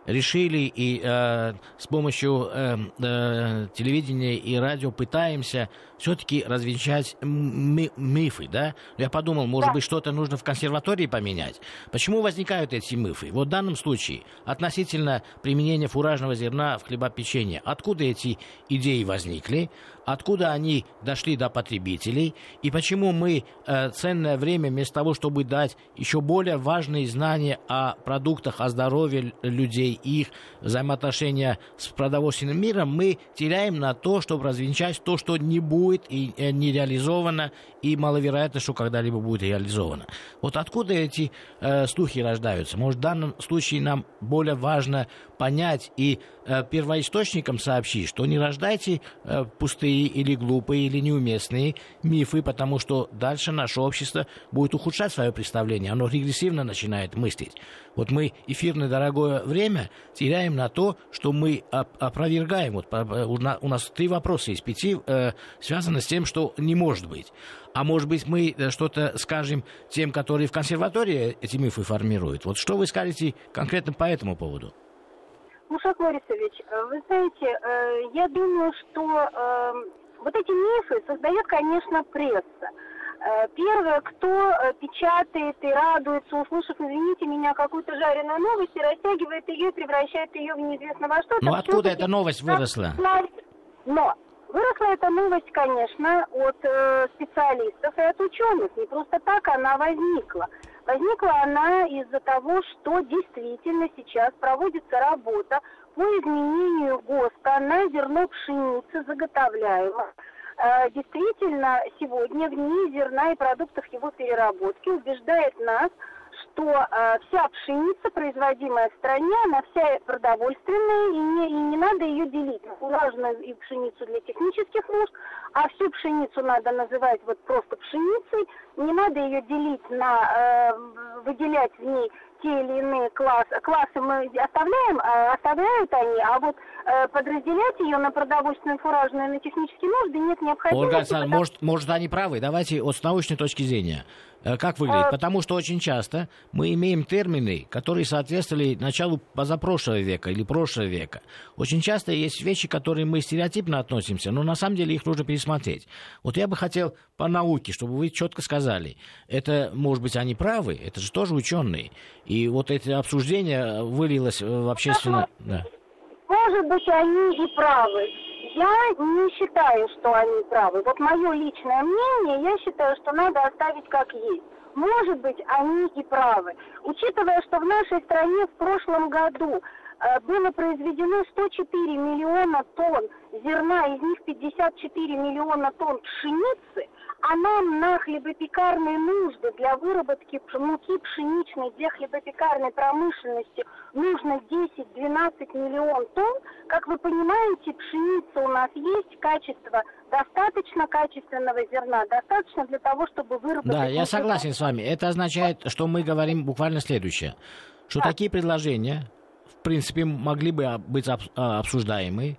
решили и э, с помощью э, э, телевидения и радио пытаемся все-таки развенчать ми- мифы, да? Я подумал, может быть, что-то нужно в консерватории поменять. Почему возникают эти мифы? Вот в данном случае относительно применения фуражного зерна в хлебопечении. Откуда эти идеи возникли? Откуда они дошли до потребителей? И почему мы э, ценное время вместо того, чтобы дать еще более важные знания о продуктах, о здоровье людей и их взаимоотношения с продовольственным миром, мы теряем на то, чтобы развенчать то, что не будет и э, не реализовано, и маловероятно, что когда-либо будет реализовано. Вот откуда эти э, слухи рождаются? Может, в данном случае нам более важно понять и э, первоисточникам сообщить, что не рождайте э, пустые или глупые, или неуместные мифы, потому что дальше наше общество будет ухудшать свое представление. Оно регрессивно начинает мыслить. Вот мы эфирное дорогое время теряем на то, что мы опровергаем. Вот у нас три вопроса из пяти э, связаны с тем, что не может быть. А может быть, мы что-то скажем тем, которые в консерватории эти мифы формируют. Вот что вы скажете конкретно по этому поводу? Мушек Борисович, вы знаете, я думаю, что вот эти мифы создает, конечно, пресса. Первое, кто печатает и радуется, услышав, извините меня, какую-то жареную новость, и растягивает ее и превращает ее в неизвестно во что. Ну откуда эта новость выросла? Но выросла эта новость, конечно, от э, специалистов и от ученых. Не просто так она возникла. Возникла она из-за того, что действительно сейчас проводится работа по изменению ГОСТа на зерно пшеницы заготовляемое. Э, действительно, сегодня в НИИ зерна и продуктов его переработки убеждает нас, что э, вся пшеница, производимая в стране, она вся продовольственная, и не, и не надо ее делить на фуражную и пшеницу для технических нужд, а всю пшеницу надо называть вот просто пшеницей, не надо ее делить на, э, выделять в ней те или иные классы. Классы мы оставляем, э, оставляют они, а вот э, подразделять ее на продовольственную, фуражную, на технические нужды нет необходимости. Ольга Александровна, может, может, они правы? Давайте вот с научной точки зрения. Как выглядит? Потому что очень часто мы имеем термины, которые соответствовали началу позапрошлого века или прошлого века. Очень часто есть вещи, к которым мы стереотипно относимся, но на самом деле их нужно пересмотреть. Вот я бы хотел по науке, чтобы вы четко сказали, это, может быть, они правы, это же тоже ученые. И вот это обсуждение вылилось в общественное... Да. Может быть, они и правы. Я не считаю, что они правы. Вот мое личное мнение, я считаю, что надо оставить как есть. Может быть, они и правы. Учитывая, что в нашей стране в прошлом году э, было произведено сто четыре миллиона тонн зерна, из них пятьдесят четыре миллиона тонн пшеницы, а нам на хлебопекарные нужды для выработки муки пшеничной для хлебопекарной промышленности нужно десять-двенадцать миллионов тонн. Как вы понимаете, пшеница у нас есть, качество достаточно качественного зерна, достаточно для того, чтобы выработать... Да, я согласен с вами. Это означает, что мы говорим буквально следующее. Что да. Такие предложения, в принципе, могли бы быть обсуждаемы.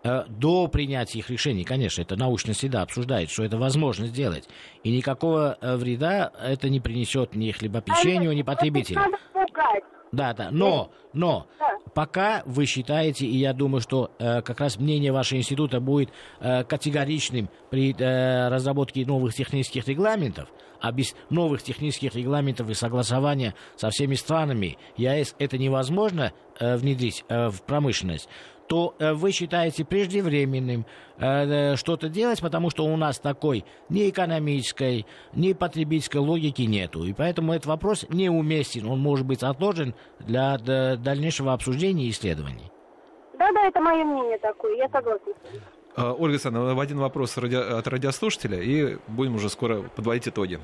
До принятия их решений, конечно, это научно всегда обсуждает, что это возможно сделать. И никакого вреда это не принесет ни хлебопечению, ни потребителям. Да, да, но, но, пока вы считаете, и я думаю, что э, как раз мнение вашего института будет э, категоричным при э, разработке новых технических регламентов, а без новых технических регламентов и согласования со всеми странами ЕАЭС это невозможно э, внедрить э, в промышленность, то э, вы считаете преждевременным э, что-то делать, потому что у нас такой ни экономической, ни потребительской логики нету. И поэтому этот вопрос неуместен, он может быть отложен для, для дальнейшего обсуждения и исследований. Да-да, это мое мнение такое, я согласна. Ольга Александровна, в один вопрос от радиослушателя, и будем уже скоро подводить итоги.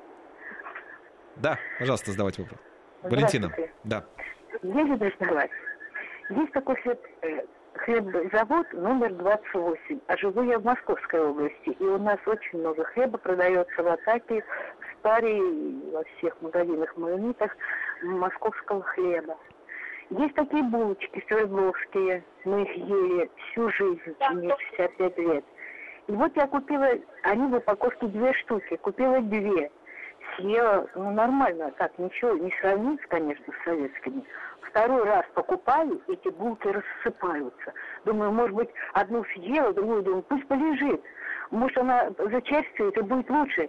Да, пожалуйста, задавайте вопрос. Валентина. Да. Я люблю сказать. Есть такой хлеб, хлебзавод номер двадцать восемь, а живу я в Московской области, и у нас очень много хлеба продается в Атаке, в Старе, во всех магазинах, магнитах московского хлеба. Есть такие булочки свердловские, мы их ели всю жизнь, мне шестьдесят пять лет. И вот я купила, они в упаковке две штуки, купила две. Съела, ну, нормально, так, ничего, не сравнится, конечно, с советскими. второй раз покупаю, эти булки рассыпаются. Думаю, может быть, одну съела, другую, думаю, пусть полежит. Может, она зачерствует и будет лучше.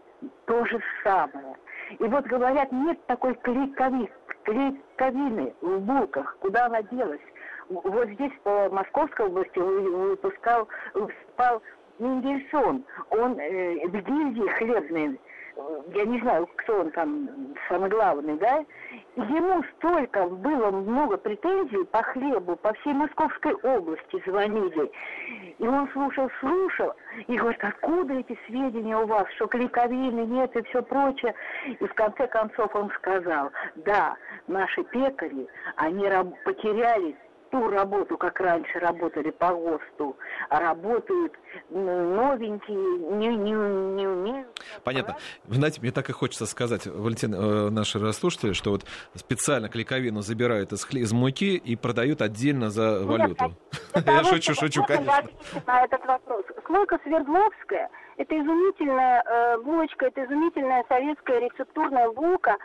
То же самое. И вот говорят, нет такой клейкови, клейковины в булках. Куда она делась? Вот здесь по Московской области выпускал, выступал Мендельсон. Он э, в гильдии хлебной, я не знаю, кто он там самый главный, да? Ему столько было много претензий по хлебу, по всей Московской области звонили. И он слушал, слушал, и говорит, откуда эти сведения у вас, что клейковины нет и все прочее. И в конце концов он сказал, да, наши пекари, они раб- потеряли ту работу, как раньше работали по ГОСТу, а работают новенькие, не, не, не умеют. Понятно. Вы знаете, мне так и хочется сказать, Валентин, э, наши расслушатели, что вот специально клейковину забирают из, хле- из муки и продают отдельно за валюту. Я шучу, шучу, конечно. На этот вопрос. Слойка Свердловская – это изумительная э, булочка, это изумительная советская рецептурная булка.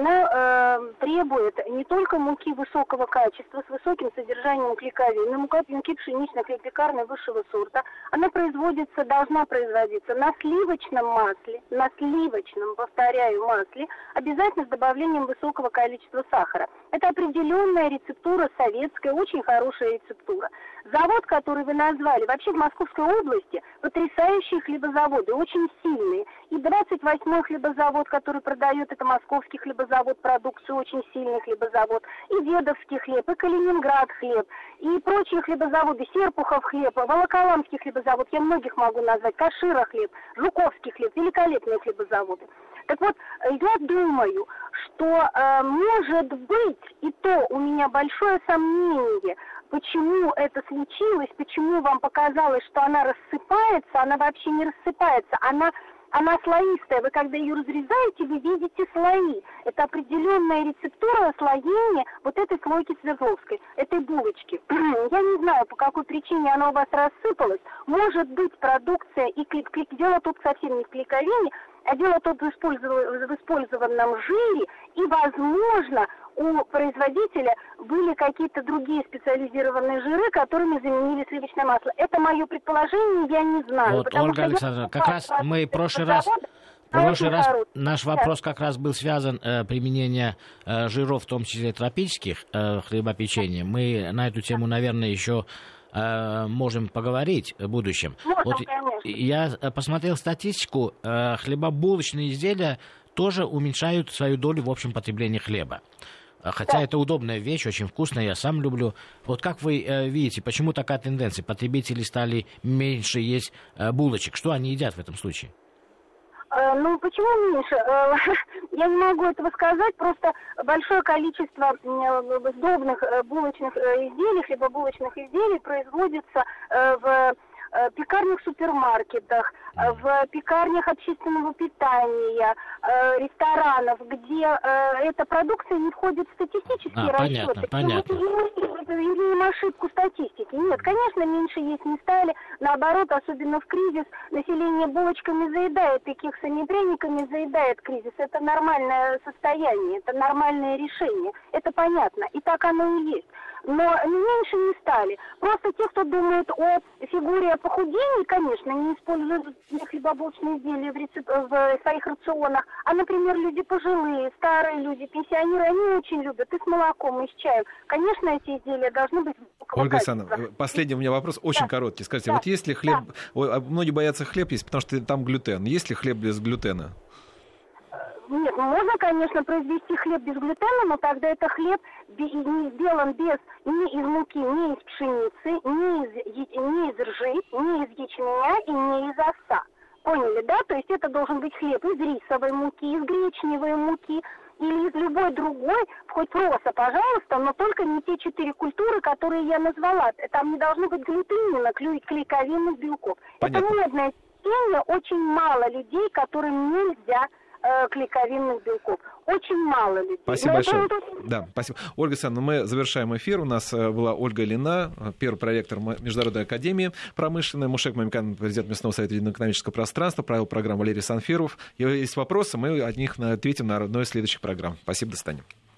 Она э, требует не только муки высокого качества с высоким содержанием клейковины, мука, муки пшеничной, клейкопекарной высшего сорта. Она производится, должна производиться на сливочном масле, на сливочном, повторяю, масле, обязательно с добавлением высокого количества сахара. Это определенная рецептура советская, очень хорошая рецептура. Завод, который вы назвали, вообще в Московской области потрясающие хлебозаводы, очень сильные. И двадцать восьмой хлебозавод, который продает, это московский хлебозавод, продукцию, очень сильный хлебозавод. И Дедовский хлеб, и Калининград хлеб, и прочие хлебозаводы, Серпухов хлеб, Волоколамский хлебозавод, я многих могу назвать, Кашира хлеб, Жуковский хлеб, великолепные хлебозаводы. Так вот, я думаю, что, э, может быть, и то у меня большое сомнение, почему это случилось, почему вам показалось, что она рассыпается, она вообще не рассыпается, она, она слоистая. Вы когда ее разрезаете, вы видите слои. Это определенная рецептура слоения вот этой слойки Свердловской, этой булочки. Я не знаю, по какой причине она у вас рассыпалась. Может быть, продукция, и клик, клик, дело тут совсем не в клейковине, а дело тут в, использов... в использованном жире, и, возможно, у производителя были какие-то другие специализированные жиры, которыми заменили сливочное масло. Это мое предположение, я не знаю. Вот, Ольга Александровна, как раз мы в прошлый раз... В прошлый раз наш вопрос как раз был связан э, применение э, жиров, в том числе тропических, э, хлебопечения. Мы на эту тему, наверное, еще э, можем поговорить в будущем. Можно, вот конечно. Я посмотрел статистику, э, хлебобулочные изделия тоже уменьшают свою долю в общем потреблении хлеба. Хотя да. Это удобная вещь, очень вкусная, я сам люблю. Вот как вы э, видите, почему такая тенденция? Потребители стали меньше есть э, булочек. Что они едят в этом случае? Ну, почему меньше? Я не могу этого сказать, просто большое количество сдобных булочных изделий, хлебобулочных изделий производится в пекарнях супермаркетах, в пекарнях общественного питания, ресторанов, где эта продукция не входит в статистические а, расчеты. Понятно, понятно. Имеем ошибку статистики. Нет, конечно, меньше есть не стали. Наоборот, особенно в кризис, население булочками заедает, и кексами, и пряниками заедает кризис. Это нормальное состояние, это нормальное решение. Это понятно. И так оно и есть. Но меньше не стали. Просто те, кто думает о фигуре о похудении, конечно, не используют хлебобулочные изделия в, рецеп... в своих рационах. А, например, люди пожилые, старые люди, пенсионеры, они очень любят и с молоком, и с чаем. Конечно, эти изделия должны быть... Ольга Александровна, последний у меня вопрос, очень да. короткий. Скажите, да. вот есть ли хлеб... Да. Многие боятся хлеб есть, потому что там глютен. Есть ли хлеб без глютена? Нет, ну можно, конечно, произвести хлеб без глютена, но тогда это хлеб не сделан без, ни из муки, ни из пшеницы, ни из, ни из ржи, ни из ячменя и ни из овса. Поняли, да? То есть это должен быть хлеб из рисовой муки, из гречневой муки или из любой другой, хоть проса, пожалуйста, но только не те четыре культуры, которые я назвала. Там не должны быть глютенина, клейковинных белков. Понятно. Это модное течение, очень мало людей, которым нельзя клейковинных белков. Очень мало людей. Спасибо Но большое. Это... Да, спасибо. Ольга Александровна, мы завершаем эфир. У нас была Ольга Ильина, первый проректор Международной академии промышленной, Мушек Мамикян, президент Местного совета Единого экономического пространства, правил программы Валерий Санфиров. Если есть вопросы, мы от них ответим на одной из следующих программ. Спасибо, до свидания.